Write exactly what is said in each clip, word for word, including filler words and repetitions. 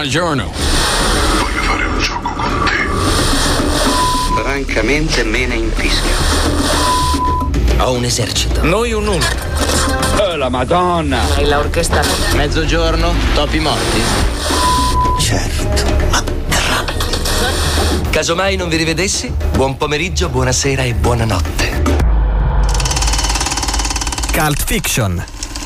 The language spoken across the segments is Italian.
Buongiorno. Voglio fare un gioco con te. Francamente me ne infischio. Ho un esercito. Noi un nulla. Oh, la Madonna! Hai l'orchestra. Mezzogiorno, topi morti. Certo, ma Casomai non vi rivedessi, buon pomeriggio, buonasera e buonanotte. Cult Fiction,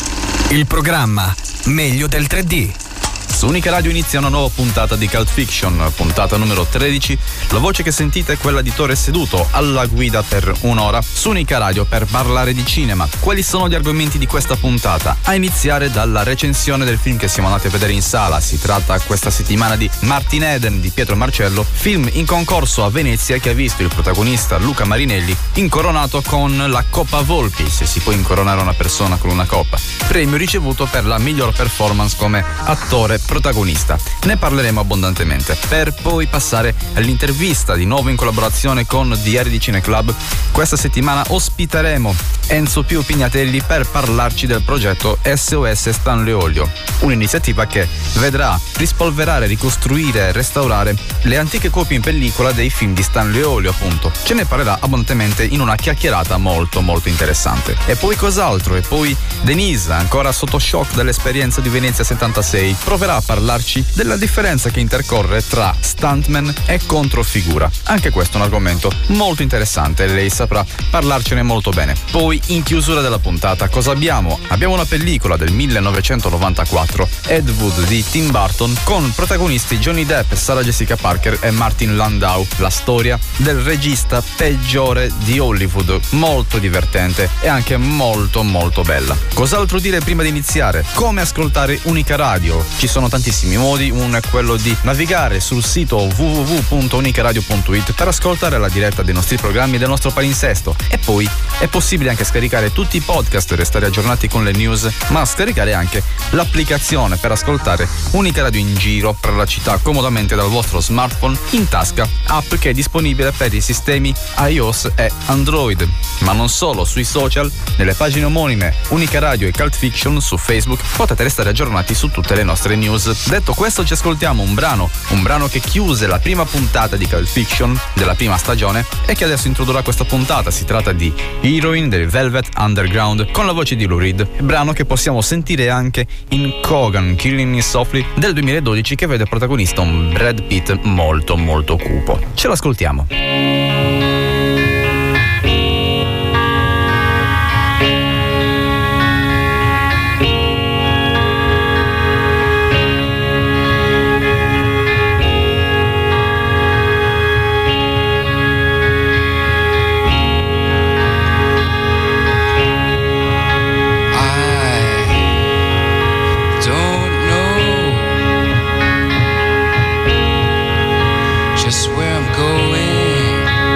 il programma meglio del tre D. Su Unica Radio inizia una nuova puntata di Cult Fiction, puntata numero tredici. La voce che sentite è quella di Tore seduto alla guida per un'ora su Unica Radio per parlare di cinema. Quali sono gli argomenti di questa puntata? A iniziare dalla recensione del film che siamo andati a vedere in sala. Si tratta questa settimana di Martin Eden di Pietro Marcello, film in concorso a Venezia che ha visto il protagonista Luca Marinelli incoronato con la Coppa Volpi, se si può incoronare una persona con una coppa. Premio ricevuto per la miglior performance come attore protagonista. Ne parleremo abbondantemente per poi passare all'intervista di nuovo in collaborazione con Diari di Cineclub. Questa settimana ospiteremo Enzo Pio Pignatelli per parlarci del progetto S O S Stanlio Olio, un'iniziativa che vedrà rispolverare, ricostruire e restaurare le antiche copie in pellicola dei film di Stanlio Olio, appunto. Ce ne parlerà abbondantemente in una chiacchierata molto molto interessante. E poi cos'altro? E poi Denise, ancora sotto shock dall'esperienza di Venezia settantasei, proverà a parlarci della differenza che intercorre tra stuntman e controfigura. Anche questo è un argomento molto interessante e lei saprà parlarcene molto bene. Poi in chiusura della puntata cosa abbiamo? Abbiamo una pellicola del millenovecentonovantaquattro, Ed Wood di Tim Burton, con protagonisti Johnny Depp, Sarah Jessica Parker e Martin Landau, la storia del regista peggiore di Hollywood, molto divertente e anche molto molto bella. Cos'altro dire prima di iniziare? Come ascoltare Unica Radio? Ci sono tantissimi modi, uno è quello di navigare sul sito w w w punto unicaradio punto it per ascoltare la diretta dei nostri programmi e del nostro palinsesto, e poi è possibile anche scaricare tutti i podcast e restare aggiornati con le news, ma scaricare anche l'applicazione per ascoltare Unica Radio in giro per la città comodamente dal vostro smartphone in tasca, app che è disponibile per i sistemi iOS e Android. Ma non solo, sui social, nelle pagine omonime Unica Radio e Cult Fiction su Facebook potete restare aggiornati su tutte le nostre news. Detto questo, ci ascoltiamo un brano, un brano che chiuse la prima puntata di Cult Fiction della prima stagione e che adesso introdurrà questa puntata. Si tratta di Heroine del Velvet Underground con la voce di Lou Reed, brano che possiamo sentire anche in Kogan Killing Me Softly del duemiladodici, che vede protagonista un Brad Pitt molto molto cupo. Ce l'ascoltiamo. Just where I'm going.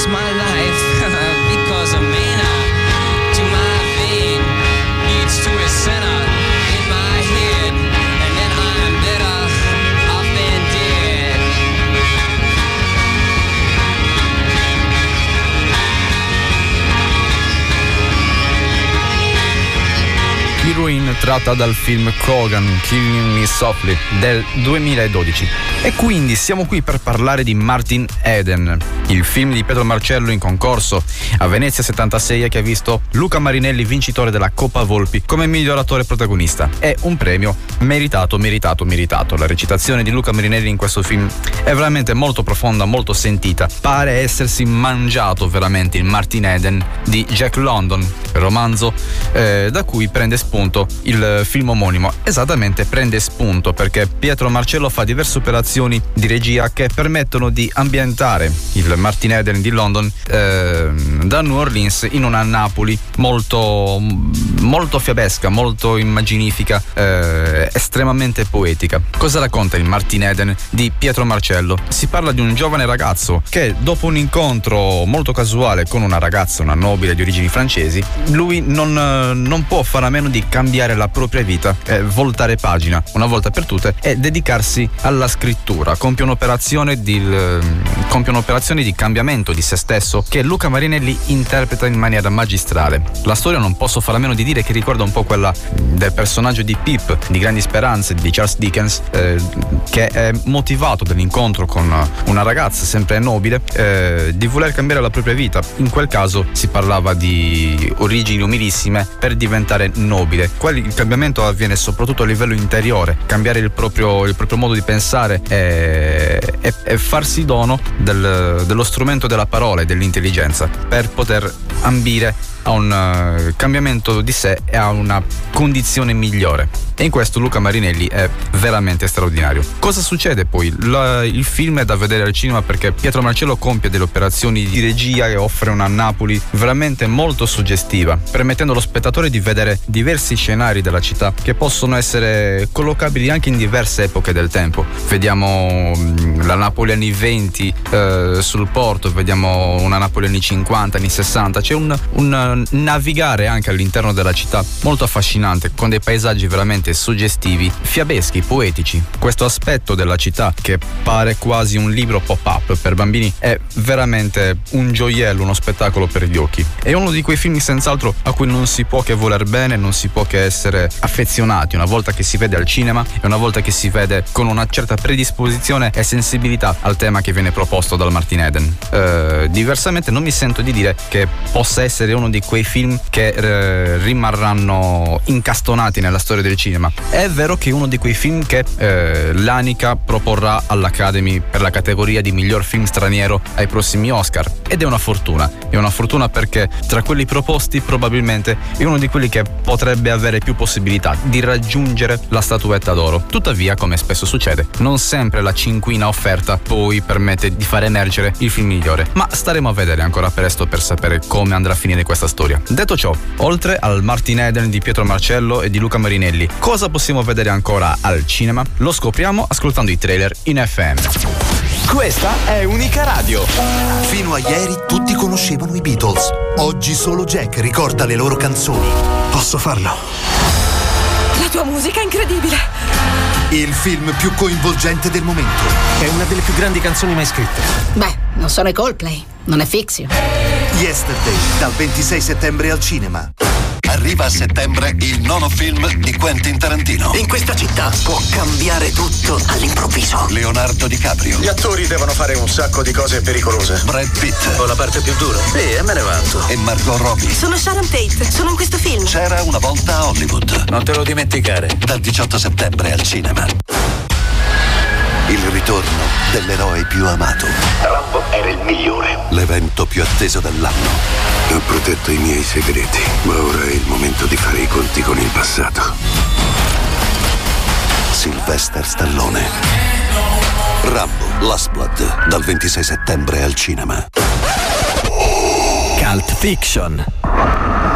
risk my life because a manna to my vein leads to a sinner in my head, and then I'm better off than dead. Heroin, tratta dal film Kogan, Killing Me Softly del duemiladodici. E quindi siamo qui per parlare di Martin Eden, il film di Pietro Marcello in concorso a Venezia settantasei, che ha visto Luca Marinelli vincitore della Coppa Volpi come miglior attore protagonista. È un premio meritato, meritato, meritato. La recitazione di Luca Marinelli in questo film è veramente molto profonda, molto sentita. Pare essersi mangiato veramente il Martin Eden di Jack London, il romanzo eh, da cui prende spunto il film omonimo. Esattamente, prende spunto perché Pietro Marcello fa diverse operazioni di regia che permettono di ambientare il Martin Eden di London eh, da New Orleans in una Napoli molto molto fiabesca, molto immaginifica, eh, estremamente poetica. Cosa racconta il Martin Eden di Pietro Marcello? Si parla di un giovane ragazzo che dopo un incontro molto casuale con una ragazza, una nobile di origini francesi, lui non, non può fare a meno di cambiare la propria vita, eh, voltare pagina una volta per tutte e dedicarsi alla scrittura. Compie un'operazione di, compie un'operazione di cambiamento di se stesso che Luca Marinelli interpreta in maniera magistrale. La storia non posso fare a meno di dire che ricorda un po' quella del personaggio di Pip di Grandi Speranze di Charles Dickens, eh, che è motivato dall'incontro con una ragazza sempre nobile, eh, di voler cambiare la propria vita. In quel caso si parlava di origini umilissime per diventare nobile. Quello, il cambiamento avviene soprattutto a livello interiore, cambiare il proprio, il proprio modo di pensare e, e, e farsi dono del, dello strumento della parola e dell'intelligenza per poter ambire a un uh, cambiamento di sé e a una condizione migliore. E in questo Luca Marinelli è veramente straordinario. Cosa succede poi? La, il film è da vedere al cinema perché Pietro Marcello compie delle operazioni di regia e offre una Napoli veramente molto suggestiva, permettendo allo spettatore di vedere diversi scenari della città che possono essere collocabili anche in diverse epoche del tempo. Vediamo mh, la Napoli anni venti eh, sul porto, vediamo una Napoli anni cinquanta, anni sessanta. C'è un, un navigare anche all'interno della città molto affascinante, con dei paesaggi veramente suggestivi, fiabeschi, poetici. Questo aspetto della città, che pare quasi un libro pop-up per bambini, è veramente un gioiello, uno spettacolo per gli occhi. È uno di quei film senz'altro a cui non si può che voler bene, non si può che essere affezionati una volta che si vede al cinema e una volta che si vede con una certa predisposizione e sensibilità al tema che viene proposto dal Martin Eden. Eh, diversamente non mi sento di dire che possa essere uno di quei film che eh, rimarranno incastonati nella storia del cinema. È vero che è uno di quei film che eh, l'Anica proporrà all'Academy per la categoria di miglior film straniero ai prossimi Oscar, ed è una fortuna. È una fortuna perché tra quelli proposti probabilmente è uno di quelli che potrebbe avere più possibilità di raggiungere la statuetta d'oro. Tuttavia, come spesso succede, non sempre la cinquina offerta poi permette di far emergere il film migliore, ma staremo a vedere ancora presto per sapere come andrà a finire questa storia. Detto ciò, oltre al Martin Eden di Pietro Marcello e di Luca Marinelli, cosa possiamo vedere ancora al cinema? Lo scopriamo ascoltando i trailer in F M. Questa è Unica Radio. Fino a ieri tutti conoscevano i Beatles. Oggi solo Jack ricorda le loro canzoni. Posso farlo? La tua musica è incredibile. Il film più coinvolgente del momento. È una delle più grandi canzoni mai scritte. Beh, non sono i Coldplay, non è Fiction. Yesterday, dal ventisei settembre al cinema. Arriva a settembre il nono film di Quentin Tarantino. In questa città può cambiare tutto all'improvviso. Leonardo DiCaprio. Gli attori devono fare un sacco di cose pericolose. Brad Pitt. Ho la parte più dura. Sì, e me ne vanto. E Margot Robbie. Sono Sharon Tate, sono in questo film. C'era una volta a Hollywood. Non te lo dimenticare. Dal diciotto settembre al cinema. Il ritorno dell'eroe più amato. Rambo era il migliore. L'evento più atteso dell'anno. Ho protetto i miei segreti, ma ora è il momento di fare i conti con il passato. Sylvester Stallone. Rambo, Last Blood, dal ventisei settembre al cinema. Cult Fiction.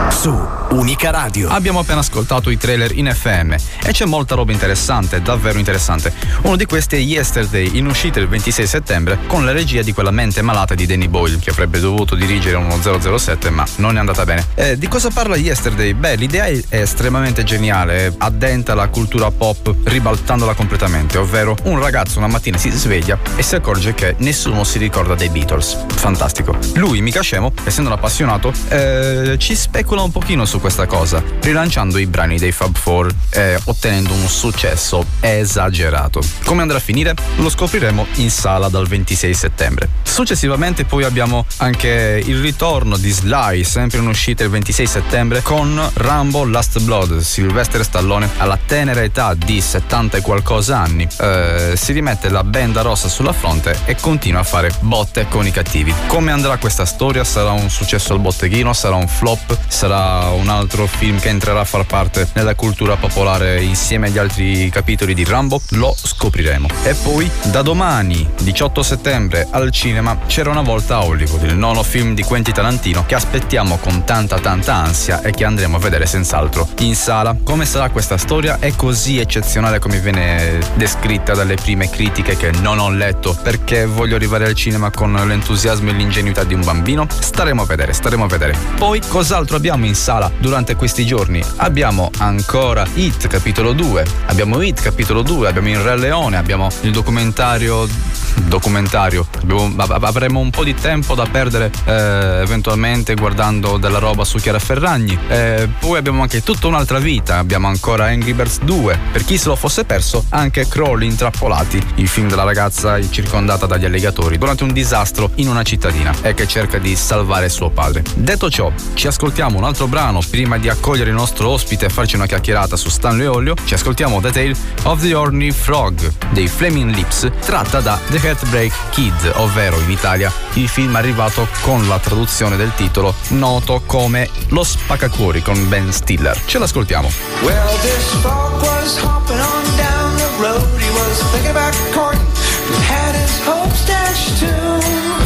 su Unica Radio. Abbiamo appena ascoltato i trailer in F M e c'è molta roba interessante, davvero interessante. Uno di questi è Yesterday, in uscita il ventisei settembre, con la regia di quella mente malata di Danny Boyle, che avrebbe dovuto dirigere uno zero zero sette, ma non è andata bene. Eh, di cosa parla Yesterday? Beh, l'idea è estremamente geniale, addenta la cultura pop ribaltandola completamente, ovvero un ragazzo una mattina si sveglia e si accorge che nessuno si ricorda dei Beatles. Fantastico. Lui, mica scemo, essendo un appassionato, eh, ci specula un pochino su questa cosa, rilanciando i brani dei Fab Four e ottenendo un successo esagerato. Come andrà a finire? Lo scopriremo in sala dal ventisei settembre. Successivamente poi abbiamo anche il ritorno di Sly, sempre in uscita il ventisei settembre, con Rambo Last Blood. Sylvester Stallone, alla tenera età di settanta e qualcosa anni, eh, si rimette la benda rossa sulla fronte e continua a fare botte con i cattivi. Come andrà questa storia? Sarà un successo al botteghino? Sarà un flop? Sarà un altro film che entrerà a far parte nella cultura popolare insieme agli altri capitoli di Rambo? Lo scopriremo. E poi da domani, diciotto settembre, al cinema C'era una volta a Hollywood, il nono film di Quentin Tarantino che aspettiamo con tanta tanta ansia e che andremo a vedere senz'altro in sala. Come sarà questa storia? È così eccezionale come viene descritta dalle prime critiche, che non ho letto perché voglio arrivare al cinema con l'entusiasmo e l'ingenuità di un bambino? Staremo a vedere, staremo a vedere. Poi cos'altro abbiamo in sala durante questi giorni? Abbiamo ancora It capitolo due, abbiamo It capitolo due, abbiamo Il Re Leone, abbiamo il documentario documentario abbiamo, avremo un po' di tempo da perdere eh, eventualmente guardando della roba su Chiara Ferragni. Eh, poi abbiamo anche Tutta un'altra vita, abbiamo ancora Angry Birds due, per chi se lo fosse perso anche Crawl Intrappolati, il film della ragazza circondata dagli alligatori durante un disastro in una cittadina e che cerca di salvare suo padre. Detto ciò, ci ascoltiamo un altro brano prima di accogliere il nostro ospite e farci una chiacchierata su Stanley Olio. Ci ascoltiamo The Tale of the Horny Frog dei Flaming Lips, tratta da The Heartbreak Kid, ovvero in Italia il film arrivato con la traduzione del titolo noto come Lo Spaccacuori con Ben Stiller. Ce l'ascoltiamo. Well, this frog was hopping on down the road. He was thinking about courting, he had his hopes dashed too.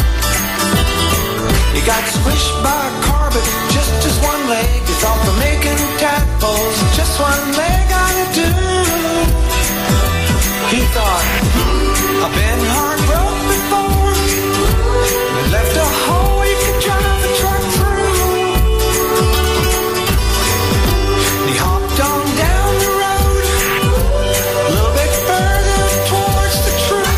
He got squished by a car, but just just one leg. He thought for making tadpoles, just one leg ought to do. He thought, I've been hard broke before. It left a hole you could drive a truck through. And he hopped on down the road, a little bit further towards the truth.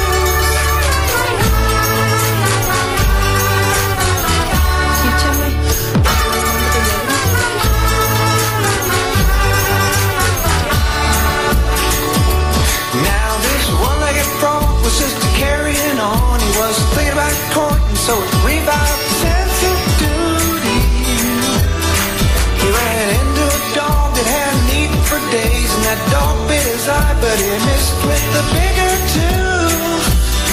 Now this one-legged frog was just carrying on. He was thinking about courting, so it revived the sense of duty. He ran into a dog that hadn't eaten for days, and that dog bit his eye, but he missed with the bigger tooth.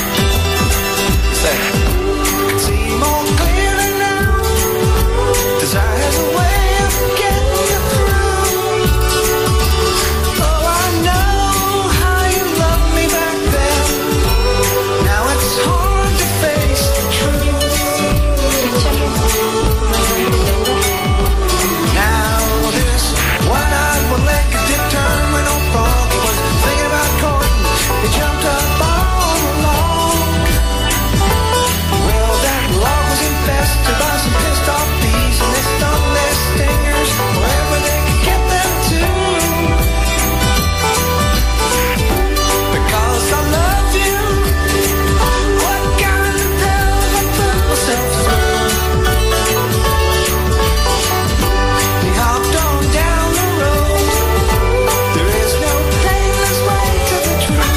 Said, I could see more clearly now. Desire has a way of getting you through. Oh, I know how you loved me back then. Now it's hard to face the truth. Now this one-eyed, one-legged, determined frog, he was thinking about courting. He jumped up all along. Well, that log was infested by some pissed-off bees, and they stung their stingers wherever they could get them to. Because I love you, what kind of hell have I put myself through? He hopped on down the road. There is no painless way to the truth.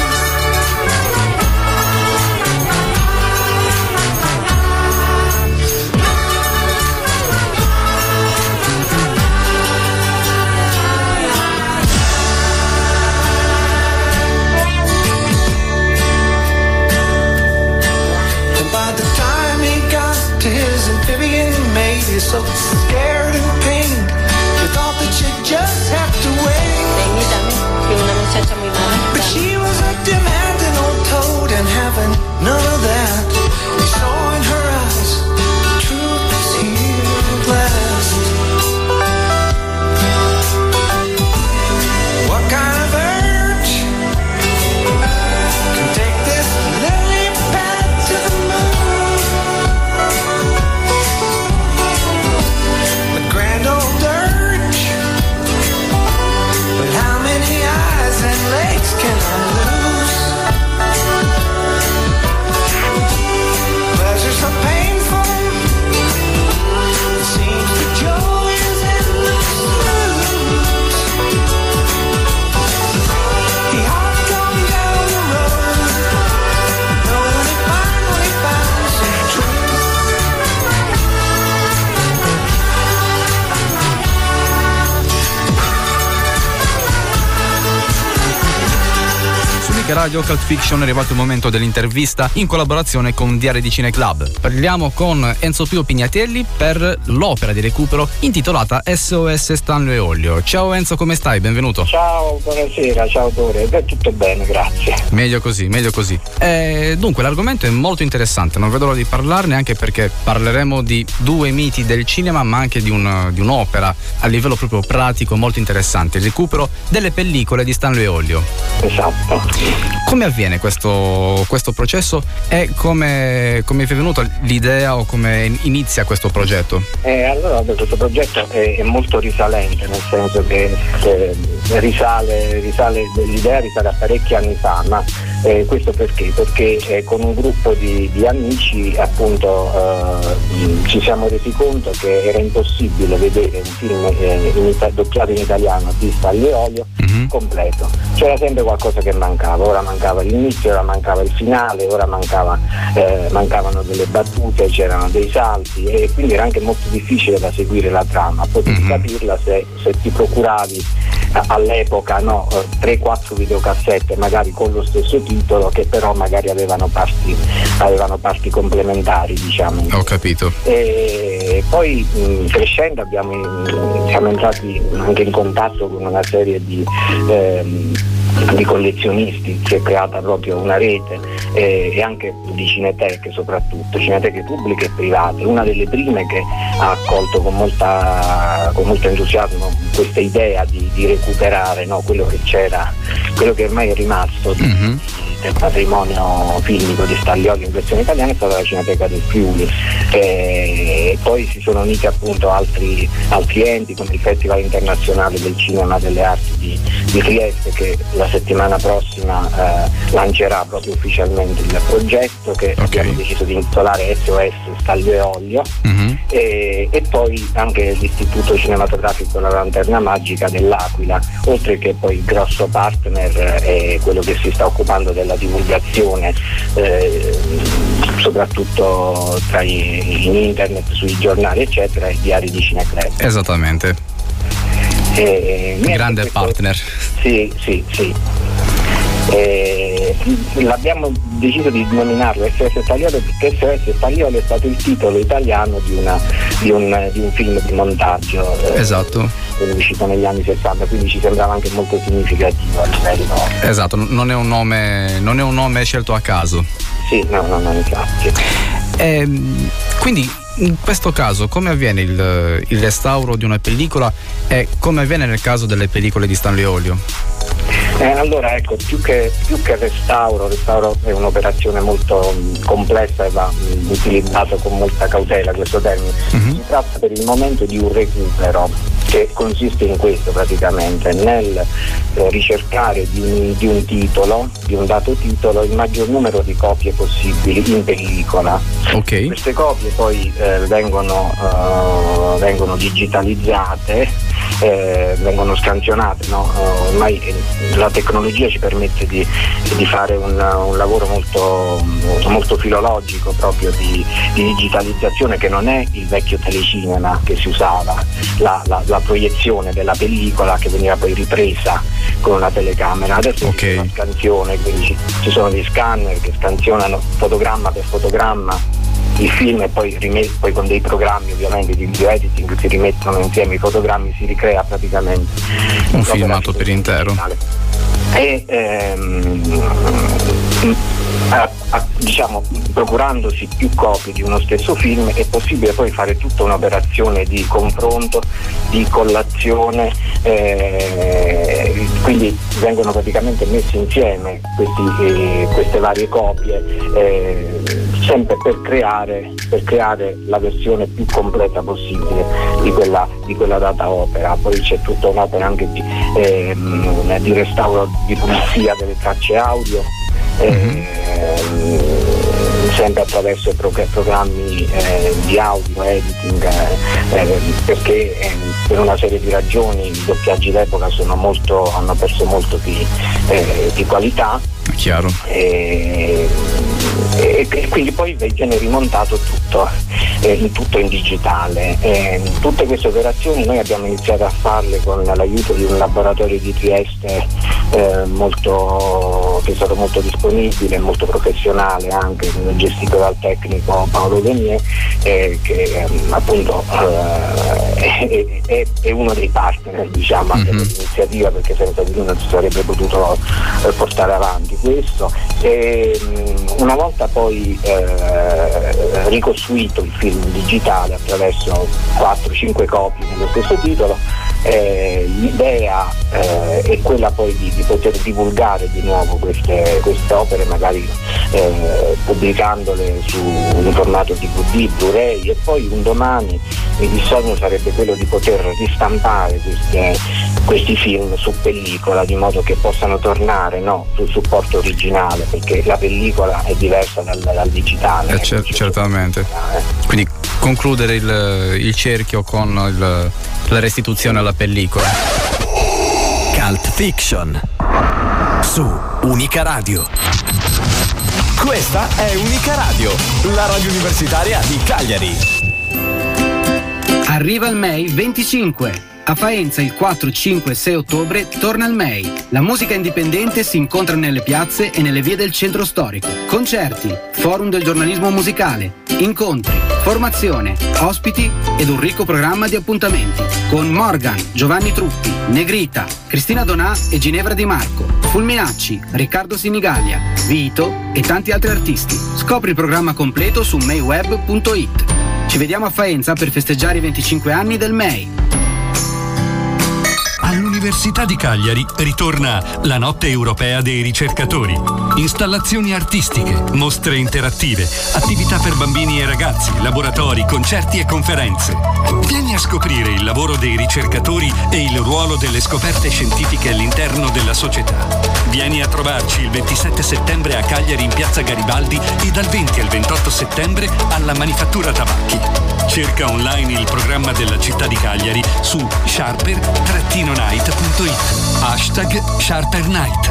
And by the time he got to his amphibian mate, he's so scared and pained. He thought that she'd just have to wait. But she was a demanding old toad, and having none of that, he saw in her eyes the truth was here at last. Unica Radio Cult Fiction è arrivato il momento dell'intervista in collaborazione con Diari di Cine Club. Parliamo con Enzo Pio Pignatelli per l'opera di recupero intitolata S O S Stanlio e Ollio. Ciao Enzo, come stai? Benvenuto. Ciao, buonasera, ciao Tore. Beh, tutto bene, grazie. Meglio così, meglio così. Eh, dunque, l'argomento è molto interessante, non vedo l'ora di parlarne, anche perché parleremo di due miti del cinema, ma anche di, un, di un'opera a livello proprio pratico molto interessante, il recupero delle pellicole di Stanlio e Ollio. Esatto. Come avviene questo, questo processo e come, come vi è venuta l'idea o come inizia questo progetto? Eh, allora, questo progetto è, è molto risalente, nel senso che eh, risale, risale, l'idea risale a parecchi anni fa, ma eh, questo perché? Perché eh, con un gruppo di, di amici appunto eh, ci siamo resi conto che era impossibile vedere un film eh, in, doppiato in italiano di Stanlio e Ollio mm-hmm. completo. C'era sempre qualcosa che mancava, ora mancava l'inizio, ora mancava il finale, ora mancava, eh, mancavano delle battute, c'erano dei salti e quindi era anche molto difficile da seguire la trama. Potevi mm-hmm. capirla se, se ti procuravi all'epoca no, tre quattro videocassette magari con lo stesso titolo, che però magari avevano parti, avevano parti complementari, diciamo. Ho capito. E poi mh, crescendo abbiamo, siamo entrati anche in contatto con una serie di ehm, di collezionisti, si è creata proprio una rete eh, e anche di cineteche, soprattutto cineteche pubbliche e private. Una delle prime che ha accolto con molta con molto entusiasmo questa idea di, di recuperare no, quello che c'era, quello che ormai è rimasto mm-hmm. del patrimonio filmico di Stanlio e Ollio in versione italiana è stata la Cineteca del Friuli, e poi si sono uniti appunto altri, altri enti come il Festival Internazionale del Cinema delle Arti di, di Trieste, che la settimana prossima eh, lancerà proprio ufficialmente il progetto, che okay. abbiamo deciso di intitolare S O S Stanlio e Ollio mm-hmm. e, e poi anche l'Istituto Cinematografico La Lanterna Magica dell'Aquila, oltre che poi il grosso partner è quello che si sta occupando della divulgazione eh, soprattutto tra i, in internet, sui giornali eccetera, e Diari di Cine Club. Esattamente. E, grande questo, partner. Sì, sì, sì. E, l'abbiamo deciso di nominarlo S O S Stagliolo perché S O S Stagliolo è stato il titolo italiano di, una, di, un, di un film di montaggio. Esatto. Eh, uscito negli anni sessanta, quindi ci sembrava anche molto significativo a livello. Esatto, non è un nome, non è un nome scelto a caso. Sì, no, no, no, infatti. E, quindi in questo caso come avviene il, il restauro di una pellicola e come avviene nel caso delle pellicole di Stanlio e Ollio? Eh, allora ecco, più che, più che restauro, restauro è un'operazione molto mh, complessa e va mh, utilizzato con molta cautela questo termine. Mm-hmm. Si tratta per il momento di un recupero che consiste in questo praticamente, nel eh, ricercare di un, di un titolo, di un dato titolo, il maggior numero di copie possibili in pellicola. Okay. Queste copie poi eh, vengono, uh, vengono digitalizzate, eh, vengono scansionate, no? uh, ormai eh, la tecnologia ci permette di, di fare un, un lavoro molto, molto filologico proprio di, di digitalizzazione, che non è il vecchio telecinema che si usava, la, la, la proiezione della pellicola che veniva poi ripresa con una telecamera. Adesso okay. c'è una scansione, quindi ci, ci sono dei scanner che scansionano fotogramma per fotogramma il film e poi, rimet- poi con dei programmi ovviamente di video editing si rimettono insieme i fotogrammi, si ricrea praticamente un filmato per intero digitale. E ehm, a, a, diciamo procurandosi più copie di uno stesso film è possibile poi fare tutta un'operazione di confronto, di collazione, eh, quindi vengono praticamente messe insieme questi, eh, queste varie copie eh, sempre per creare, per creare la versione più completa possibile di quella, di quella data opera. Poi c'è tutta un'opera anche di, eh, di restauro, di pulizia delle tracce audio, eh, mm-hmm. sempre attraverso programmi eh, di audio, editing, eh, eh, perché eh, per una serie di ragioni i doppiaggi d'epoca sono molto, hanno perso molto di, eh, di qualità. Chiaro. E, e, e quindi poi viene rimontato tutto, eh, in, tutto in digitale. Eh, tutte queste operazioni noi abbiamo iniziato a farle con l'aiuto di un laboratorio di Trieste eh, molto, che è stato molto disponibile, molto professionale, anche gestito dal tecnico Paolo Venier, eh, che ehm, appunto eh, è, è, è uno dei partner, diciamo, anche mm-hmm. dell'iniziativa, perché senza di lui non si sarebbe potuto eh, portare avanti questo. E, mh, una volta poi eh, ricostruito il film digitale attraverso quattro cinque copie dello stesso titolo, eh, l'idea eh, è quella poi di, di poter divulgare di nuovo queste, queste opere, magari eh, pubblicandole su un formato D V D, Blu-ray, e poi un domani il sogno sarebbe quello di poter ristampare queste, questi film su pellicola, di modo che possano tornare, no, sul supporto originale, perché la pellicola è diversa dal, dal digitale. Eh, cer- certamente. Quindi concludere il, il cerchio con il, la restituzione alla pellicola. Cult Fiction su Unica Radio. Questa è Unica Radio, la radio universitaria di Cagliari. Arriva il M E I venticinque. A Faenza il quattro, cinque e sei ottobre torna il M E I. La musica indipendente si incontra nelle piazze e nelle vie del centro storico. Concerti, forum del giornalismo musicale, incontri, formazione, ospiti ed un ricco programma di appuntamenti con Morgan, Giovanni Truppi, Negrita, Cristina Donà e Ginevra Di Marco, Fulminacci, Riccardo Sinigallia, Vito e tanti altri artisti. Scopri il programma completo su meiweb punto it. Ci vediamo a Faenza per festeggiare i venticinque anni del M E I. All'Università di Cagliari ritorna la Notte Europea dei Ricercatori. Installazioni artistiche, mostre interattive, attività per bambini e ragazzi, laboratori, concerti e conferenze. Vieni a scoprire il lavoro dei ricercatori e il ruolo delle scoperte scientifiche all'interno della società. Vieni a trovarci il ventisette settembre a Cagliari in Piazza Garibaldi e dal venti al ventotto settembre alla Manifattura Tabacchi. Cerca online il programma della città di Cagliari su sharper night punto it. Hashtag Sharper Night.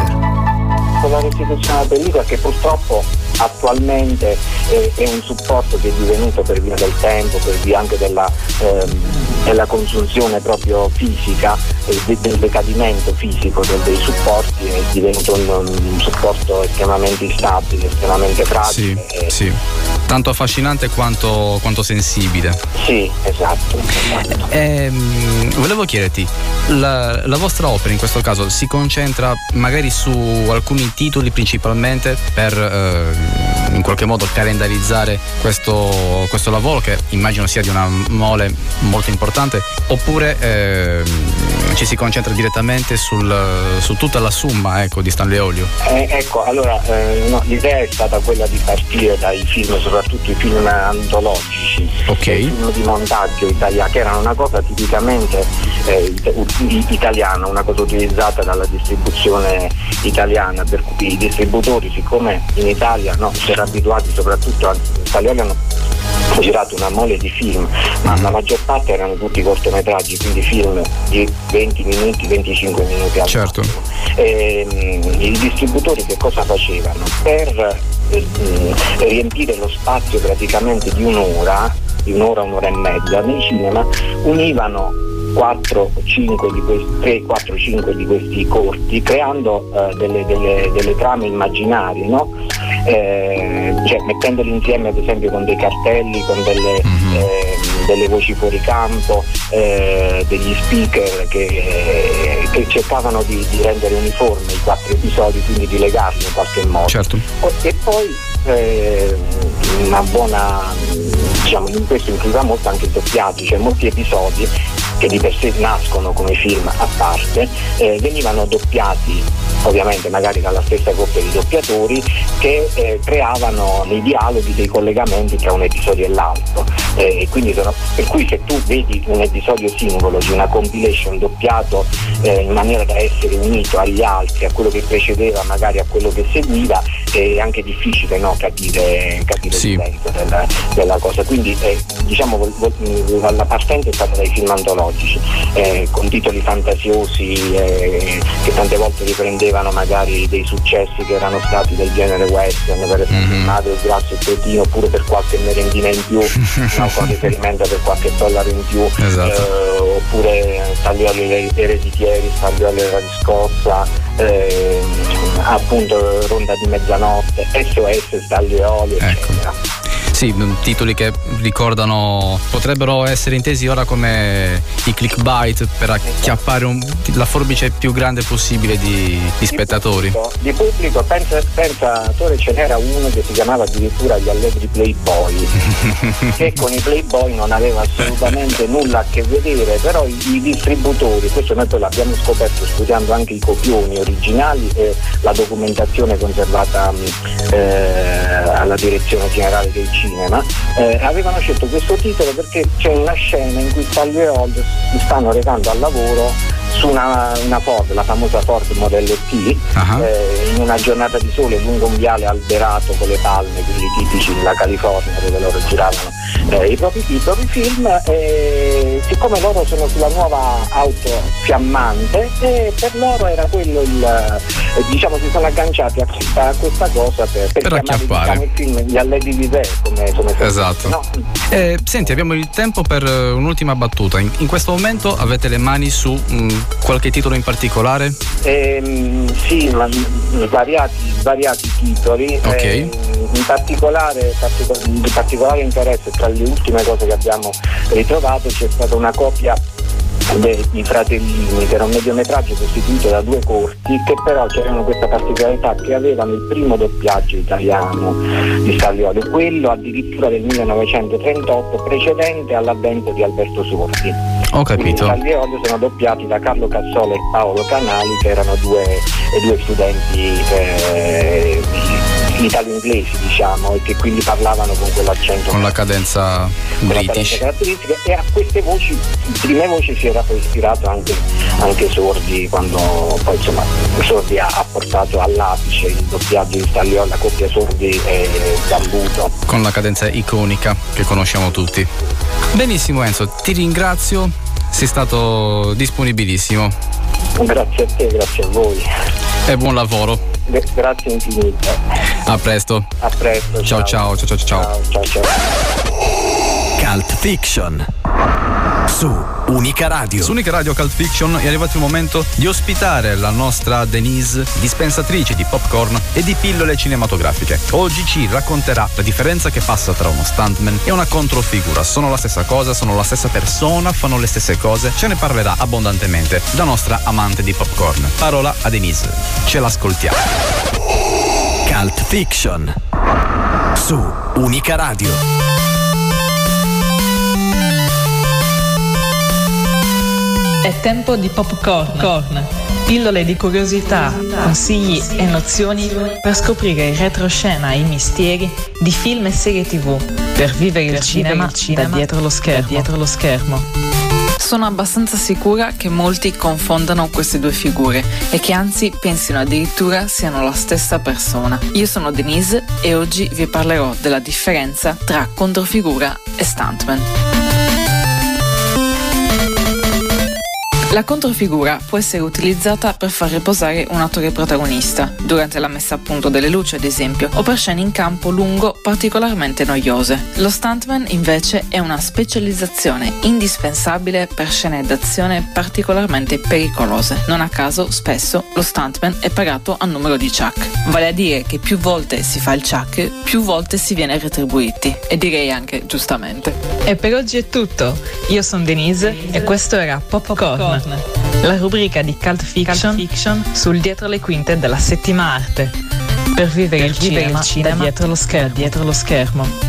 Con la restituzione alla pellicola, che purtroppo attualmente è, è un supporto che è divenuto, per via del tempo, per via anche della, ehm, della consunzione proprio fisica e de, del decadimento fisico del, dei supporti, è divenuto un, un supporto estremamente instabile, estremamente fragile. Sì, e, sì. Tanto affascinante quanto, quanto sensibile. Sì, esatto. esatto. Ehm, volevo chiederti, la, la vostra opera in questo caso si concentra magari su alcuni titoli principalmente per eh, in qualche modo calendarizzare questo, questo lavoro, che immagino sia di una mole molto importante, oppure eh, ci si concentra direttamente sul, su tutta la summa, ecco, di Stanley Olio? Eh, ecco, allora eh, no, l'idea è stata quella di partire dai film, soprattutto i film antologici, okay. i film di montaggio italiano, che erano una cosa tipicamente eh, italiana, una cosa utilizzata dalla distribuzione italiana, per cui i distributori, siccome in Italia no, si erano abituati, soprattutto agli italiani, hanno girato una mole di film, ma la maggior parte erano tutti cortometraggi, quindi film di venti minuti, venticinque minuti al certo. massimo. E, i distributori che cosa facevano? Per eh, riempire lo spazio praticamente di un'ora, di un'ora, un'ora e mezza nei cinema, univano quattro cinque di questi tre quattro cinque di questi corti, creando eh, delle, delle, delle trame immaginarie, no? Eh, cioè mettendoli insieme ad esempio con dei cartelli, con delle, mm-hmm. eh, delle voci fuori campo, eh, degli speaker che, eh, che cercavano di, di rendere uniforme i quattro episodi, quindi di legarli in qualche modo. Certo. E poi eh, una buona, diciamo, in questo inclusa molto anche il doppiaggio, cioè molti episodi che di per sé nascono come film a parte, eh, venivano doppiati ovviamente magari dalla stessa coppia di doppiatori, che eh, creavano nei dialoghi dei collegamenti tra un episodio e l'altro, eh, e quindi sono, per cui se tu vedi un episodio singolo di una compilation doppiato eh, in maniera da essere unito agli altri, a quello che precedeva, magari a quello che seguiva, è anche difficile, no, capire, capire sì. il senso della, della cosa, quindi eh, diciamo la partenza è stata dai film antologici eh, con titoli fantasiosi eh, che tante volte riprendevano magari dei successi che erano stati del genere western, per esempio mm-hmm. Madre, il grasso e il cretino, oppure per qualche merendina in più no, con riferimento per qualche dollaro in più, esatto. eh, oppure Staglioli ereditieri, Staglioli la riscossa, eh, appunto Ronda di mezzanotte, S O S Staglioli, ecco. eccetera. Sì, titoli che ricordano, potrebbero essere intesi ora come i clickbait per acchiappare un, la forbice più grande possibile di, di spettatori. Di pubblico, di pubblico pensa, pensa Tore, ce n'era uno che si chiamava addirittura Gli Allegri Playboy, che con i Playboy non aveva assolutamente nulla a che vedere, però i, i distributori, questo noi poi l'abbiamo scoperto studiando anche i copioni originali e la documentazione conservata eh, alla direzione generale del cinema. Eh, avevano scelto questo titolo perché c'è una scena in cui Stanley e Holt si stanno recando al lavoro su una, una Ford, la famosa Ford modello T, uh-huh. eh, in una giornata di sole lungo un viale alberato con le palme, quelli tipici della California dove loro giravano eh, i, propri, i propri film, e siccome loro sono sulla nuova auto fiammante, e per loro era quello il eh, diciamo si sono agganciati a questa, a questa cosa per, per, per chiamare diciamo, il film Gli Allegri di te, come, come esatto. No? Eh, senti, abbiamo il tempo per un'ultima battuta. In, in questo momento avete le mani su mh, qualche titolo in particolare? Eh, sì, ma, svariati, svariati titoli. Okay. Eh, in particolare, particol- di particolare interesse tra le ultime cose che abbiamo ritrovato c'è stata una copia dei Fratellini, che era un mediometraggio costituito da due corti che però c'erano questa particolarità che avevano il primo doppiaggio italiano di Staglioli, quello addirittura del millenovecentotrentotto, precedente all'avvento di Alberto Sordi. Ho capito. Quindi Staglioli sono doppiati da Carlo Cassola e Paolo Canali, che erano due, due studenti eh, italo-inglesi, diciamo, e che quindi parlavano con quell'accento, con la cadenza british caratteristica, e a queste voci, prime voci, si era poi ispirato anche, anche Sordi, quando poi insomma Sordi ha, ha portato all'apice il doppiaggio di Staglioli, la coppia Sordi e Zambuto, con la cadenza iconica che conosciamo tutti. Benissimo Enzo, ti ringrazio, sei stato disponibilissimo. Grazie a te, grazie a voi e buon lavoro. Grazie infinite. A presto. A presto. Ciao ciao ciao ciao ciao. Ciao ciao. Cult Fiction su Unica Radio. Su Unica Radio Cult Fiction è arrivato il momento di ospitare la nostra Denise, dispensatrice di popcorn e di pillole cinematografiche. Oggi ci racconterà la differenza che passa tra uno stuntman e una controfigura. Sono la stessa cosa, sono la stessa persona, fanno le stesse cose. Ce ne parlerà abbondantemente la nostra amante di popcorn. Parola a Denise. Ce l'ascoltiamo. Cult Fiction su Unica Radio. È tempo di popcorn, corn. Pillole di curiosità, consigli e nozioni per scoprire il retroscena e i misteri di film e serie tivù, per vivere il, per cinema, il cinema da dietro lo schermo. dietro lo schermo. Sono abbastanza sicura che molti confondano queste due figure e che anzi pensino addirittura siano la stessa persona. Io sono Denise e oggi vi parlerò della differenza tra controfigura e stuntman. La controfigura può essere utilizzata per far riposare un attore protagonista, durante la messa a punto delle luci ad esempio, o per scene in campo lungo particolarmente noiose. Lo stuntman invece è una specializzazione indispensabile per scene d'azione particolarmente pericolose. Non a caso spesso lo stuntman è pagato a numero di ciak, vale a dire che più volte si fa il ciak, più volte si viene retribuiti, e direi anche giustamente. E per oggi è tutto. Io sono Denise e questo era Popcorn, la rubrica di Cult Fiction, Cult Fiction sul dietro le quinte della settima arte, per vivere, per il, vivere cinema il cinema da dietro lo schermo. Dietro lo schermo.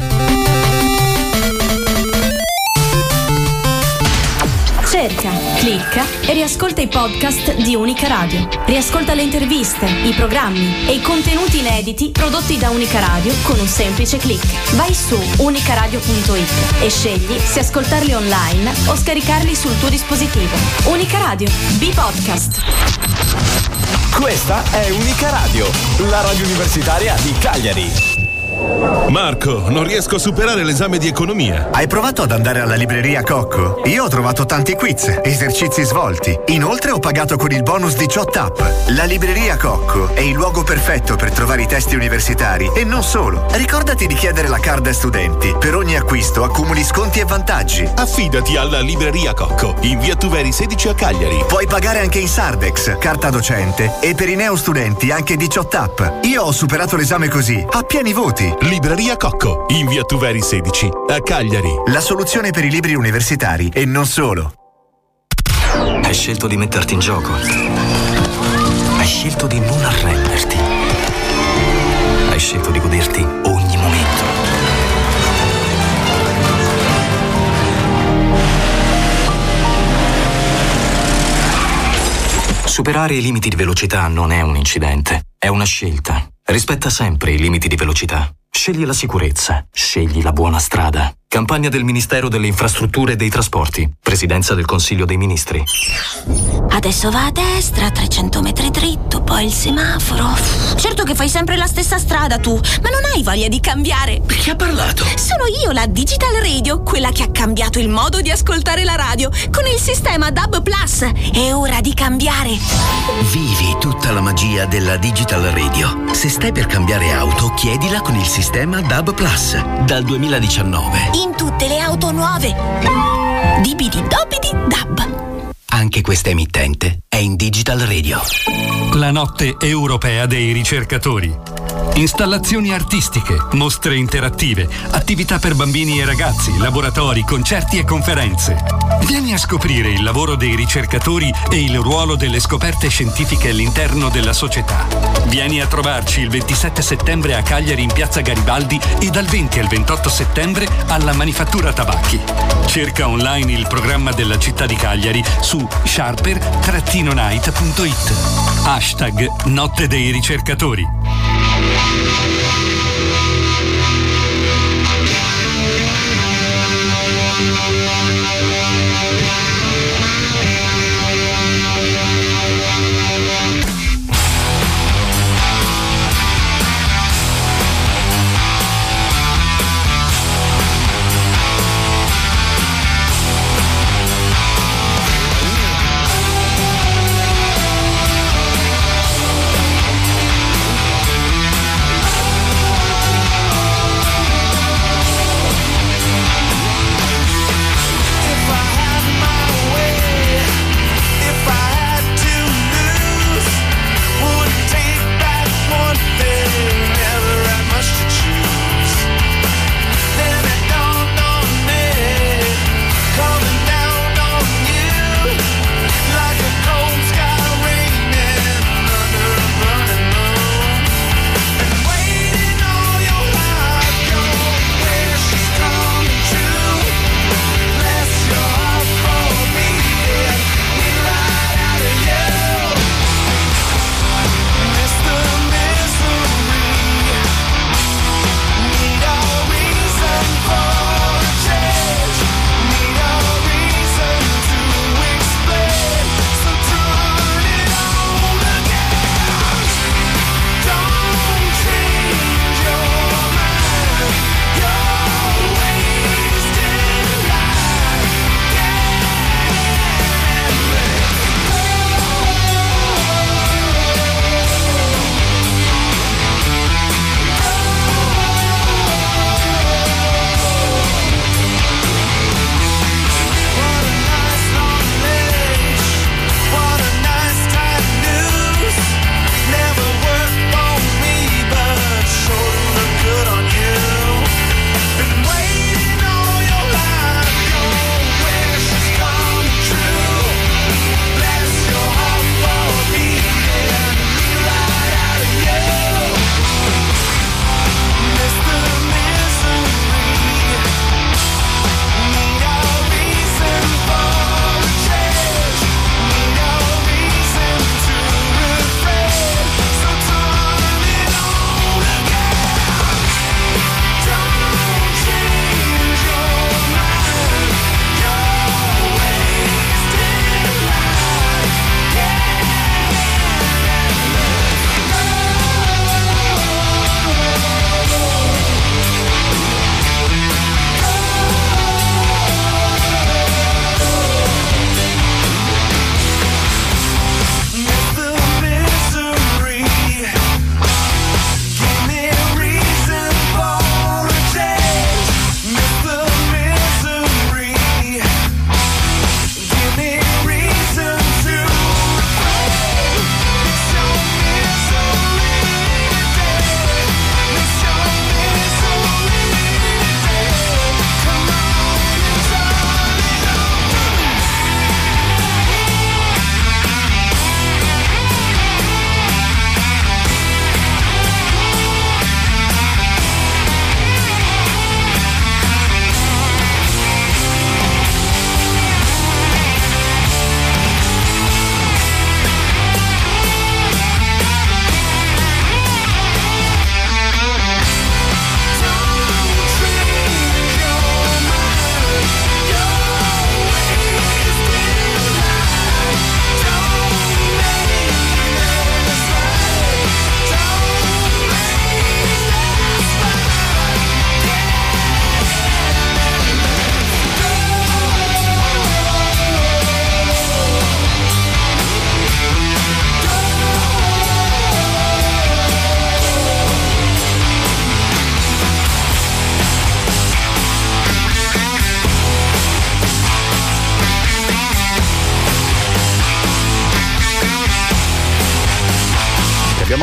Cerca, clicca e riascolta i podcast di Unica Radio. Riascolta le interviste, i programmi e i contenuti inediti prodotti da Unica Radio con un semplice click. Vai su unicaradio punto it e scegli se ascoltarli online o scaricarli sul tuo dispositivo. Unica Radio, B-Podcast. Questa è Unica Radio, la radio universitaria di Cagliari. Marco, non riesco a superare l'esame di economia. Hai provato ad andare alla libreria Cocco? Io ho trovato tanti quiz, esercizi svolti. Inoltre ho pagato con il bonus diciotto app. La libreria Cocco è il luogo perfetto per trovare i testi universitari e non solo. Ricordati di chiedere la card studenti. Per ogni acquisto accumuli sconti e vantaggi. Affidati alla libreria Cocco, in via Tuveri sedici a Cagliari. Puoi pagare anche in Sardex, carta docente e per i neo studenti anche diciotto app. Io ho superato l'esame così, a pieni voti. Libreria Cocco, in via Tuveri sedici, a Cagliari. La soluzione per i libri universitari e non solo. Hai scelto di metterti in gioco. Hai scelto di non arrenderti. Hai scelto di goderti ogni momento. Superare i limiti di velocità non è un incidente, è una scelta. Rispetta sempre i limiti di velocità. Scegli la sicurezza, scegli la buona strada. Campagna del Ministero delle Infrastrutture e dei Trasporti. Presidenza del Consiglio dei Ministri. Adesso va a destra, trecento metri dritto, poi il semaforo. Certo che fai sempre la stessa strada tu, ma non hai voglia di cambiare. Chi ha parlato? Sono io, la Digital Radio, quella che ha cambiato il modo di ascoltare la radio con il sistema D A B Plus. È ora di cambiare. Vivi tutta la magia della Digital Radio. Se stai per cambiare auto, chiedila con il sistema D A B Plus. Dal duemiladiciannove. In tutte le auto nuove. Dibidi dobidi D A B. Anche questa emittente è in Digital Radio. La notte europea dei ricercatori. Installazioni artistiche, mostre interattive, attività per bambini e ragazzi, laboratori, concerti e conferenze. Vieni a scoprire il lavoro dei ricercatori e il ruolo delle scoperte scientifiche all'interno della società. Vieni a trovarci il ventisette settembre a Cagliari in piazza Garibaldi e dal venti al ventotto settembre alla Manifattura Tabacchi. Cerca online il programma della città di Cagliari su sharper night punto it. Hashtag Notte dei ricercatori.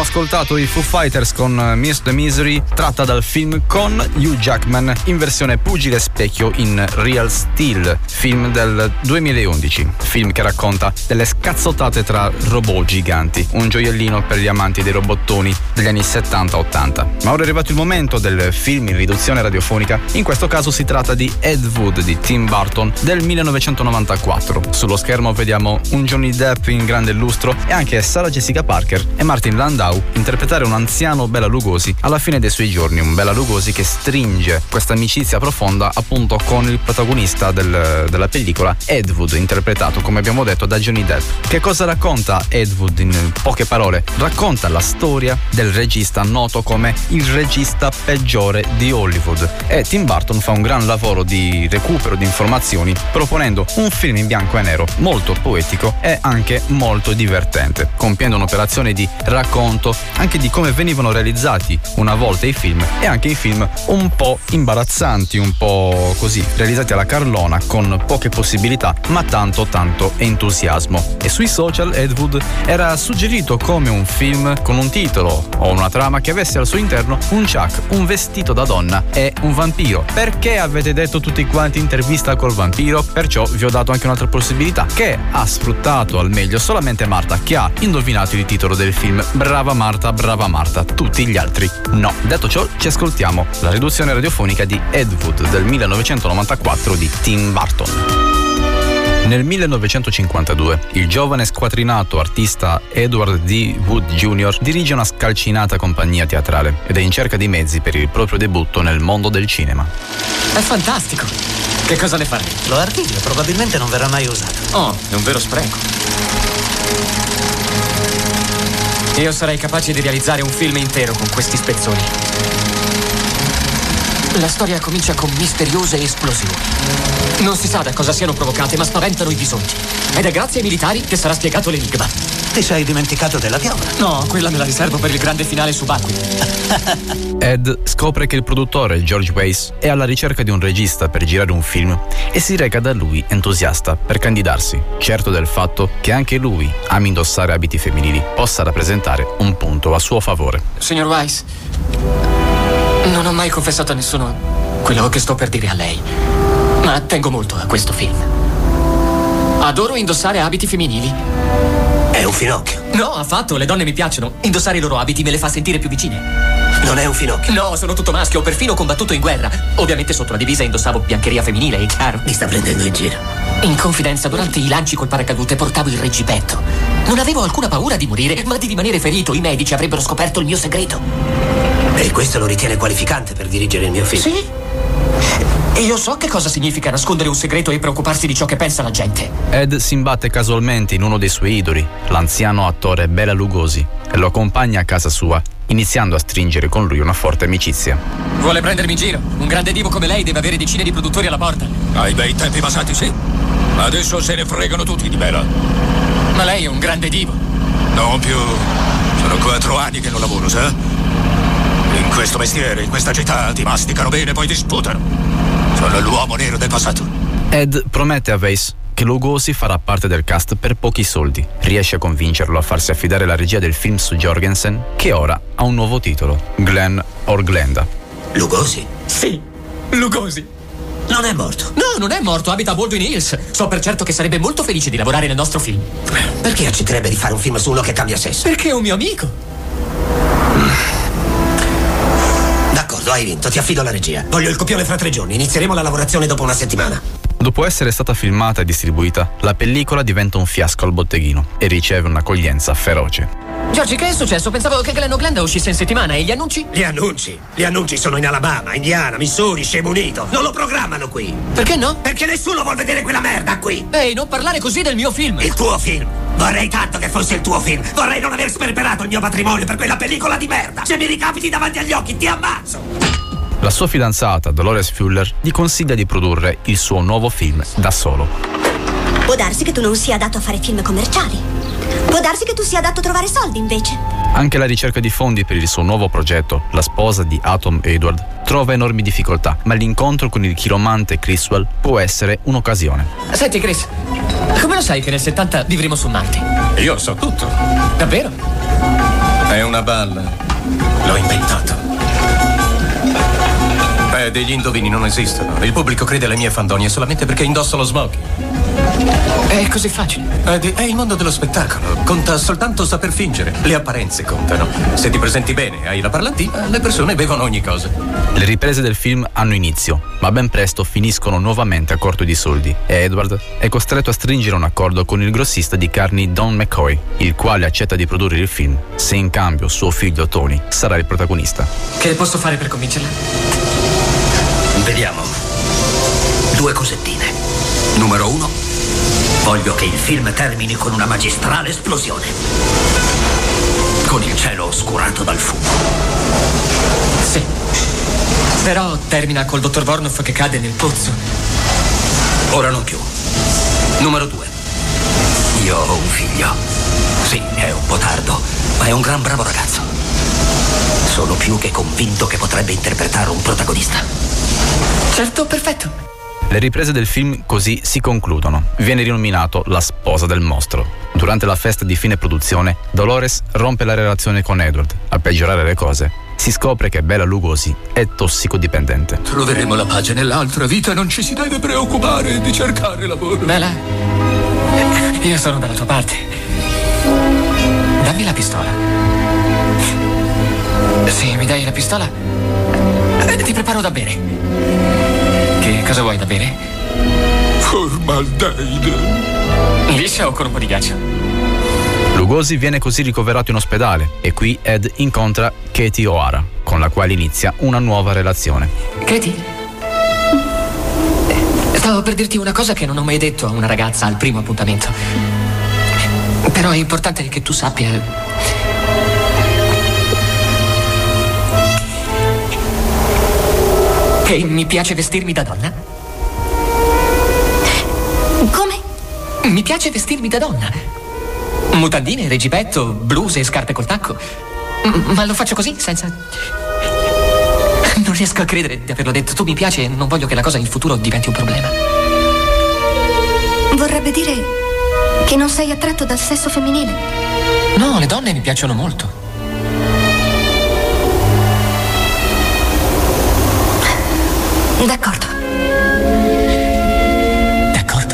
ascoltato i Foo Fighters con Miss the Misery, tratta dal film con Hugh Jackman in versione pugile specchio in Real Steel, film del duemilaundici, film che racconta delle scazzottate tra robot giganti, un gioiellino per gli amanti dei robottoni degli anni settanta ottanta. Ma ora è arrivato il momento del film in riduzione radiofonica, in questo caso si tratta di Ed Wood di Tim Burton del millenovecentonovantaquattro. Sullo schermo vediamo un Johnny Depp in grande lustro e anche Sarah Jessica Parker e Martin Landau interpretare un anziano Bela Lugosi alla fine dei suoi giorni, un Bela Lugosi che stringe questa amicizia profonda appunto con il protagonista del, della pellicola, Ed Wood, interpretato come abbiamo detto da Johnny Depp. Che cosa racconta Ed Wood in poche parole? Racconta la storia del regista noto come il regista peggiore di Hollywood, e Tim Burton fa un gran lavoro di recupero di informazioni proponendo un film in bianco e nero molto poetico e anche molto divertente, compiendo un'operazione di racconto anche di come venivano realizzati una volta i film, e anche i film un po' imbarazzanti, un po' così, realizzati alla carlona con poche possibilità ma tanto tanto entusiasmo. E sui social Ed Wood era suggerito come un film con un titolo o una trama che avesse al suo interno un Chuck, un vestito da donna e un vampiro. Perché avete detto tutti quanti intervista col vampiro? Perciò vi ho dato anche un'altra possibilità che ha sfruttato al meglio solamente Marta, che ha indovinato il titolo del film. Brava Marta, brava Marta, tutti gli altri no. Detto ciò, ci ascoltiamo la riduzione radiofonica di Ed Wood del millenovecentonovantaquattro di Tim Burton. Nel millenovecentocinquantadue il giovane squattrinato artista Edward D. Wood junior dirige una scalcinata compagnia teatrale ed è in cerca di mezzi per il proprio debutto nel mondo del cinema. È fantastico! Che cosa ne farei? Lo archivio, probabilmente non verrà mai usato. Oh, è un vero spreco. Io sarei capace di realizzare un film intero con questi spezzoni. La storia comincia con misteriose esplosioni. Non si sa da cosa siano provocate, ma spaventano i bisonti. Ed è grazie ai militari che sarà spiegato l'enigma. Ti sei dimenticato della piovra? No, quella me la riservo per il grande finale subacqueo. Ed scopre che il produttore, George Weiss, è alla ricerca di un regista per girare un film e si reca da lui entusiasta per candidarsi, certo del fatto che anche lui ami indossare abiti femminili, possa rappresentare un punto a suo favore. Signor Weiss, non ho mai confessato a nessuno quello che sto per dire a lei, ma tengo molto a questo film. Adoro indossare abiti femminili. È un finocchio. No, affatto, le donne mi piacciono. Indossare i loro abiti me le fa sentire più vicine. Non è un finocchio. No, sono tutto maschio, ho perfino combattuto in guerra. Ovviamente sotto la divisa indossavo biancheria femminile, è chiaro. Mi sta prendendo in giro. In confidenza, durante i lanci col paracadute portavo il reggipetto. Non avevo alcuna paura di morire, ma di rimanere ferito. I medici avrebbero scoperto il mio segreto. E questo lo ritiene qualificante per dirigere il mio film? Sì. E io so che cosa significa nascondere un segreto e preoccuparsi di ciò che pensa la gente. Ed si imbatte casualmente in uno dei suoi idoli, l'anziano attore Bela Lugosi, e lo accompagna a casa sua, iniziando a stringere con lui una forte amicizia. Vuole prendermi in giro? Un grande divo come lei deve avere decine di produttori alla porta. Ai bei tempi passati, sì. Adesso se ne fregano tutti di Bela. Ma lei è un grande divo. Non più. Sono quattro anni che non lavoro, sa? In questo mestiere, in questa città, ti masticano bene e poi ti sputano. Sono l'uomo nero del passato. Ed promette a Weiss che Lugosi farà parte del cast per pochi soldi. Riesce a convincerlo a farsi affidare la regia del film su Jorgensen, che ora ha un nuovo titolo, Glenn or Glenda. Lugosi? Sì, Lugosi. Non è morto? No, non è morto, abita a Baldwin Hills. So per certo che sarebbe molto felice di lavorare nel nostro film. Perché accetterebbe di fare un film su uno che cambia sesso? Perché è un mio amico. D'accordo, hai vinto, ti affido la regia. Voglio il copione fra tre giorni, inizieremo la lavorazione dopo una settimana. Dopo essere stata filmata e distribuita, la pellicola diventa un fiasco al botteghino e riceve un'accoglienza feroce. Giorgi, che è successo? Pensavo che Glenn o Glenda uscisse in settimana. E gli annunci? Gli annunci? Gli annunci sono in Alabama, Indiana, Missouri, Scemo Unito. Non lo programmano qui. Perché no? Perché nessuno vuol vedere quella merda qui. Ehi, non parlare così del mio film. Il tuo film? Vorrei tanto che fosse il tuo film. Vorrei non aver sperperato il mio patrimonio per quella pellicola di merda. Se mi ricapiti davanti agli occhi, ti ammazzo. La sua fidanzata, Dolores Fuller, gli consiglia di produrre il suo nuovo film da solo. Può darsi che tu non sia adatto a fare film commerciali. Può darsi che tu sia adatto a trovare soldi, invece. Anche la ricerca di fondi per il suo nuovo progetto, la sposa di Atom Edward, trova enormi difficoltà, ma l'incontro con il chiromante Criswell può essere un'occasione. Senti, Chris, come lo sai che nel settanta vivremo su Marte? Io so tutto. Davvero? È una balla. L'ho inventato. Eh, degli indovini non esistono. Il pubblico crede alle mie fandonie solamente perché indosso lo smoking. È così facile. È, di- è il mondo dello spettacolo. Conta soltanto saper fingere. Le apparenze contano. Se ti presenti bene e hai la parlantina, le persone bevono ogni cosa. Le riprese del film hanno inizio, ma ben presto finiscono nuovamente a corto di soldi e Edward è costretto a stringere un accordo con il grossista di carni Don McCoy, il quale accetta di produrre il film, se in cambio suo figlio Tony sarà il protagonista. Che posso fare per convincerla? Vediamo. Due cosettine. Numero uno, voglio che il film termini con una magistrale esplosione. Con il cielo oscurato dal fumo. Sì. Però termina col dottor Vornoff che cade nel pozzo. Ora non più. Numero due. Io ho un figlio. Sì, è un po' tardo, ma è un gran bravo ragazzo. Sono più che convinto che potrebbe interpretare un protagonista. Certo, perfetto. Le riprese del film così si concludono. Viene rinominato La sposa del mostro. Durante la festa di fine produzione, Dolores rompe la relazione con Edward. A peggiorare le cose, si scopre che Bela Lugosi è tossicodipendente. Troveremo la pace nell'altra vita, non ci si deve preoccupare di cercare lavoro. Bella, io sono dalla tua parte. Dammi la pistola. Sì, mi dai la pistola? Ti preparo da bere. Che cosa vuoi da bere? Formaldeide. Liscia o con un po' di ghiaccio? Lugosi viene così ricoverato in ospedale e qui Ed incontra Katie O'Hara, con la quale inizia una nuova relazione. Katie? Stavo per dirti una cosa che non ho mai detto a una ragazza al primo appuntamento. Però è importante che tu sappia... che mi piace vestirmi da donna. Come? Mi piace vestirmi da donna. Mutandine, reggipetto, bluse e scarpe col tacco. M- ma lo faccio così, senza... Non riesco a credere di averlo detto. Tu mi piaci e non voglio che la cosa in futuro diventi un problema. Vorrebbe dire che non sei attratto dal sesso femminile? No, le donne mi piacciono molto. D'accordo. D'accordo.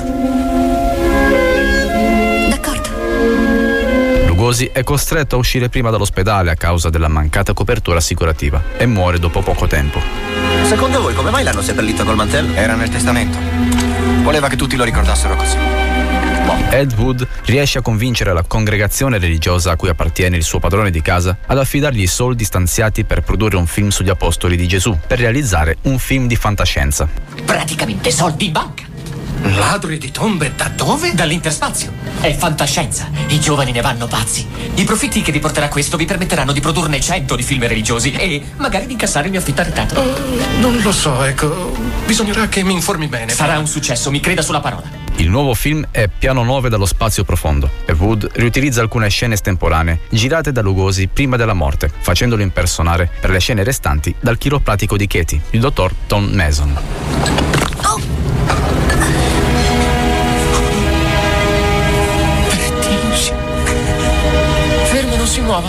D'accordo. Lugosi è costretto a uscire prima dall'ospedale a causa della mancata copertura assicurativa e muore dopo poco tempo. Secondo voi come mai l'hanno seppellito col mantello? Era nel testamento. Voleva che tutti lo ricordassero così. Ed Wood riesce a convincere la congregazione religiosa a cui appartiene il suo padrone di casa ad affidargli i soldi stanziati per produrre un film sugli apostoli di Gesù, per realizzare un film di fantascienza. Praticamente soldi in banca. Ladri di tombe da dove? Dall'interspazio. È fantascienza. I giovani ne vanno pazzi. I profitti che vi porterà questo vi permetteranno di produrne cento di film religiosi e magari di incassare il mio affitto arretrato. Oh, non lo so, ecco. Bisognerà che mi informi bene. Sarà un successo, mi creda sulla parola. Il nuovo film è Piano nove dallo spazio profondo e Wood riutilizza alcune scene estemporanee girate da Lugosi prima della morte, facendolo impersonare per le scene restanti dal chiropratico di Katie, il dottor Tom Mason. Oh. Fermo, non si muova.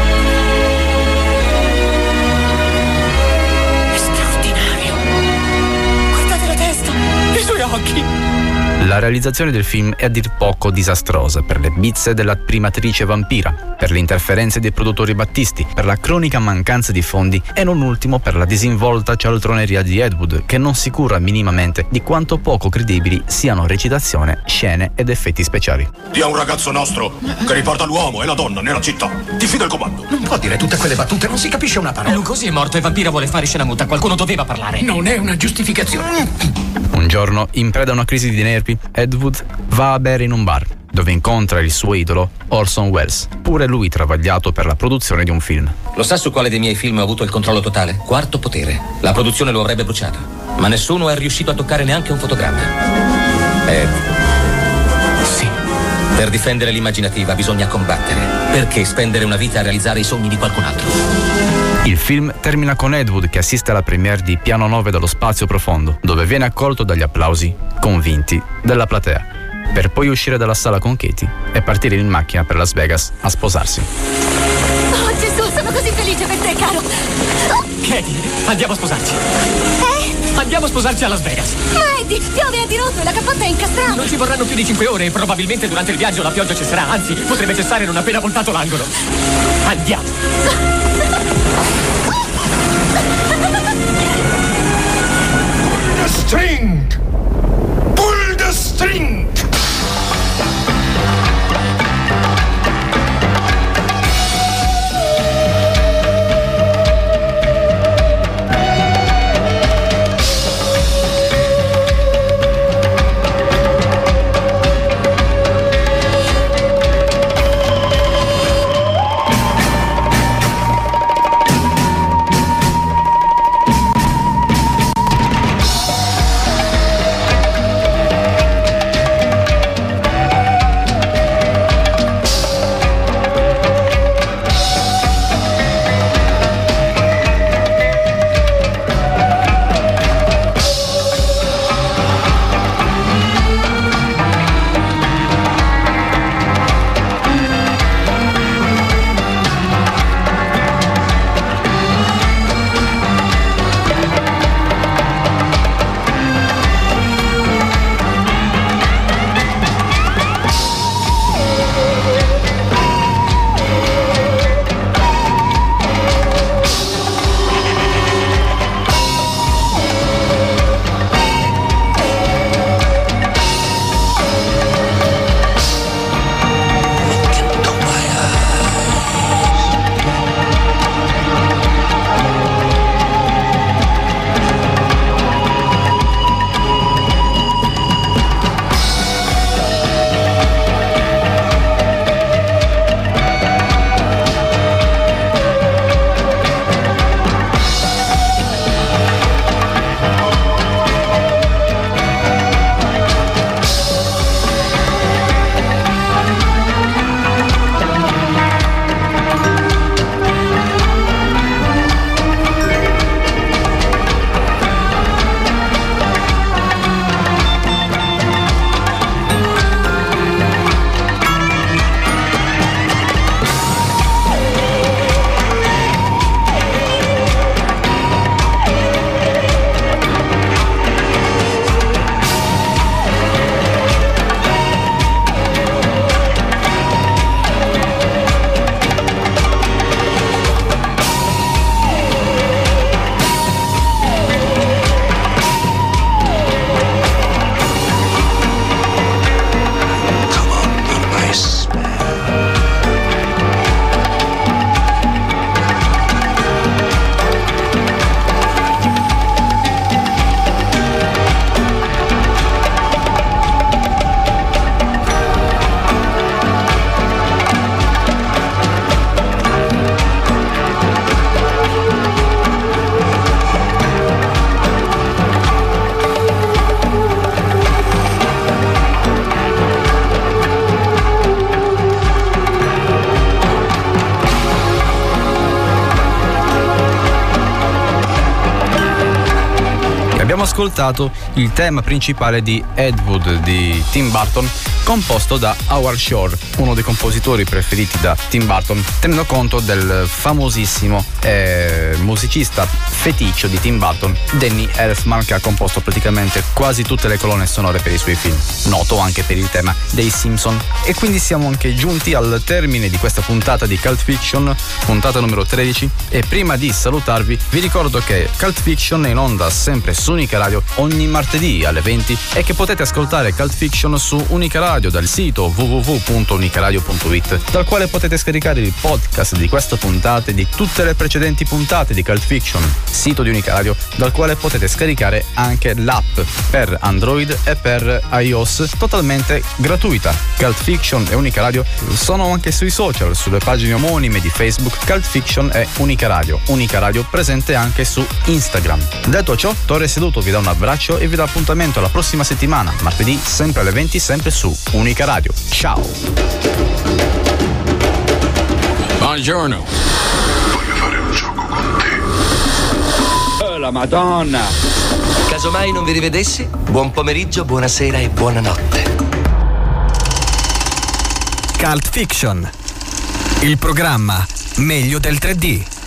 È straordinario. Guardate la testa, i suoi occhi. La realizzazione del film è a dir poco disastrosa per le bizze della primatrice vampira, per le interferenze dei produttori battisti, per la cronica mancanza di fondi e non ultimo per la disinvolta cialtroneria di Ed Wood, che non si cura minimamente di quanto poco credibili siano recitazione, scene ed effetti speciali. Dia un ragazzo nostro che riporta l'uomo e la donna nella città. Ti fida il comando. Non può dire tutte quelle battute, non si capisce una parola. Lugosi è morto e Vampira vuole fare scena muta. Qualcuno doveva parlare. Non è una giustificazione. Un giorno, in preda a una crisi di nervi, Ed Wood va a bere in un bar, dove incontra il suo idolo, Orson Welles, pure lui travagliato per la produzione di un film. Lo sa su quale dei miei film ho avuto il controllo totale? Quarto Potere. La produzione lo avrebbe bruciato, ma nessuno è riuscito a toccare neanche un fotogramma. Ed. Sì. Per difendere l'immaginativa bisogna combattere. Perché spendere una vita a realizzare i sogni di qualcun altro? Il film termina con Ed Wood che assiste alla premiere di Piano nove dallo spazio profondo, dove viene accolto dagli applausi convinti della platea, per poi uscire dalla sala con Katie e partire in macchina per Las Vegas a sposarsi. Oh, Sono così felice per te, caro. Katie, andiamo a sposarci. Eh? Andiamo a sposarci a Las Vegas. Ma Eddie, piove a dirotto e la cappotta è incastrata. Non ci vorranno più di cinque ore e probabilmente durante il viaggio la pioggia cesserà. Anzi, potrebbe cessare non appena voltato l'angolo. Andiamo. Pull the string! Pull the string! Abbiamo ascoltato il tema principale di Ed Wood di Tim Burton, composto da Howard Shore, uno dei compositori preferiti da Tim Burton, tenendo conto del famosissimo eh, musicista feticcio di Tim Burton, Danny Elfman, che ha composto praticamente quasi tutte le colonne sonore per i suoi film, noto anche per il tema dei Simpson. E quindi siamo anche giunti al termine di questa puntata di Cult Fiction, puntata numero tredici, e prima di salutarvi vi ricordo che Cult Fiction è in onda sempre su Unica Radio ogni martedì alle venti e che potete ascoltare Cult Fiction su Unica Radio dal sito w w w punto unicaradio punto i t, dal quale potete scaricare il podcast di questa puntata e di tutte le precedenti puntate di Cult Fiction, sito di Unica Radio dal quale potete scaricare anche l'app per Android e per iOS totalmente gratuita. Cult Fiction e Unica Radio sono anche sui social, sulle pagine omonime di Facebook Cult Fiction e Unica Radio. Unica Radio presente anche su Instagram. Detto ciò, Torre Seduto vi dà un abbraccio e vi dà appuntamento alla prossima settimana, martedì sempre alle venti, sempre su Unica Radio. Ciao! Buongiorno. Voglio fare un gioco con te. Oh, la Madonna! Casomai non vi rivedessi, buon pomeriggio, buonasera e buonanotte. Cult Fiction, il programma Meglio del tre D.